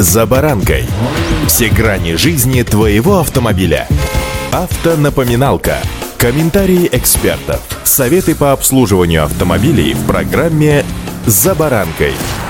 «За баранкой». Все грани жизни твоего автомобиля. Автонапоминалка. Комментарии экспертов. Советы по обслуживанию автомобилей в программе «За баранкой».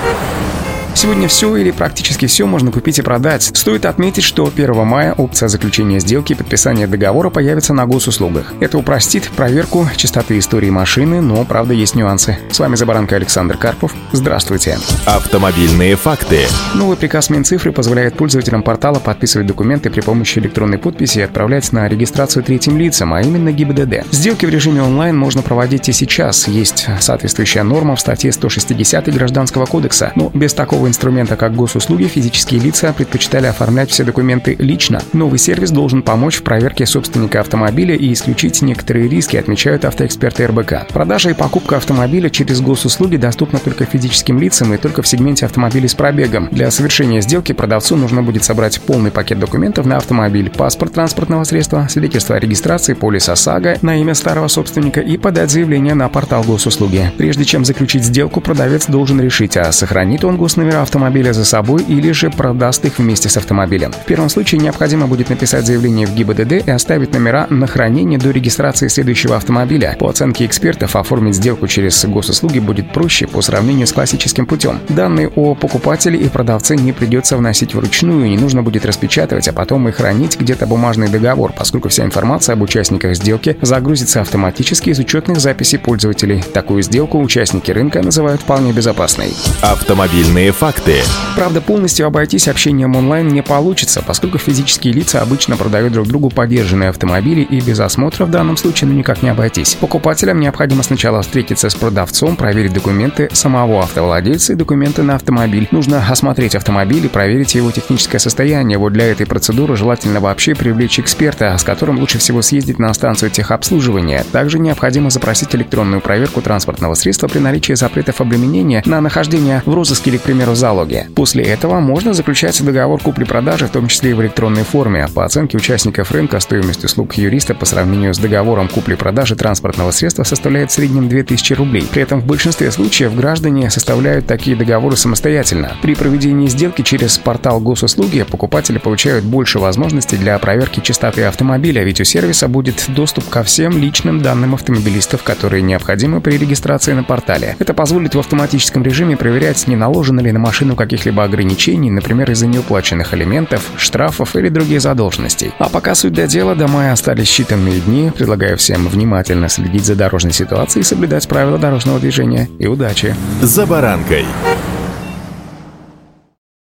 Сегодня все или практически все можно купить и продать. Стоит отметить, что 1 мая опция заключения сделки и подписания договора появится на госуслугах. Это упростит проверку чистоты истории машины, но, правда, есть нюансы. С вами «За баранкой» Александр Карпов. Здравствуйте. Автомобильные факты. Новый приказ Минцифры позволяет пользователям портала подписывать документы при помощи электронной подписи и отправлять на регистрацию третьим лицам, а именно ГИБДД. Сделки в режиме онлайн можно проводить и сейчас. Есть соответствующая норма в статье 160 Гражданского кодекса, но без такого инструмента, как госуслуги, физические лица предпочитали оформлять все документы лично. Новый сервис должен помочь в проверке собственника автомобиля и исключить некоторые риски, отмечают автоэксперты РБК. Продажа и покупка автомобиля через госуслуги доступна только физическим лицам и только в сегменте автомобилей с пробегом. Для совершения сделки продавцу нужно будет собрать полный пакет документов на автомобиль, паспорт транспортного средства, свидетельство о регистрации, полис ОСАГО на имя старого собственника и подать заявление на портал госуслуги. Прежде чем заключить сделку, продавец должен решить, а сохранит он госномера автомобиля за собой или же продаст их вместе с автомобилем. В первом случае необходимо будет написать заявление в ГИБДД и оставить номера на хранение до регистрации следующего автомобиля. По оценке экспертов, оформить сделку через госуслуги будет проще по сравнению с классическим путем. Данные о покупателе и продавце не придется вносить вручную, не нужно будет распечатывать, а потом и хранить где-то бумажный договор, поскольку вся информация об участниках сделки загрузится автоматически из учетных записей пользователей. Такую сделку участники рынка называют вполне безопасной. Автомобильные факты. Правда, полностью обойтись общением онлайн не получится, поскольку физические лица обычно продают друг другу подержанные автомобили, и без осмотра в данном случае никак не обойтись. Покупателям необходимо сначала встретиться с продавцом, проверить документы самого автовладельца и документы на автомобиль. Нужно осмотреть автомобиль и проверить его техническое состояние. Вот для этой процедуры желательно вообще привлечь эксперта, с которым лучше всего съездить на станцию техобслуживания. Также необходимо запросить электронную проверку транспортного средства при наличии запретов обременения на нахождение в розыске или, к примеру, залоге. После этого можно заключать договор купли-продажи, в том числе и в электронной форме. По оценке участников рынка, стоимость услуг юриста по сравнению с договором купли-продажи транспортного средства составляет в среднем 2000 рублей. При этом в большинстве случаев граждане составляют такие договоры самостоятельно. При проведении сделки через портал госуслуги покупатели получают больше возможностей для проверки чистоты автомобиля, ведь у сервиса будет доступ ко всем личным данным автомобилистов, которые необходимы при регистрации на портале. Это позволит в автоматическом режиме проверять, не наложено ли на машину каких-либо ограничений, например, из-за неуплаченных алиментов, штрафов или других задолженностей. А пока суть до дела, до мая остались считанные дни. Предлагаю всем внимательно следить за дорожной ситуацией и соблюдать правила дорожного движения. И удачи! «За баранкой».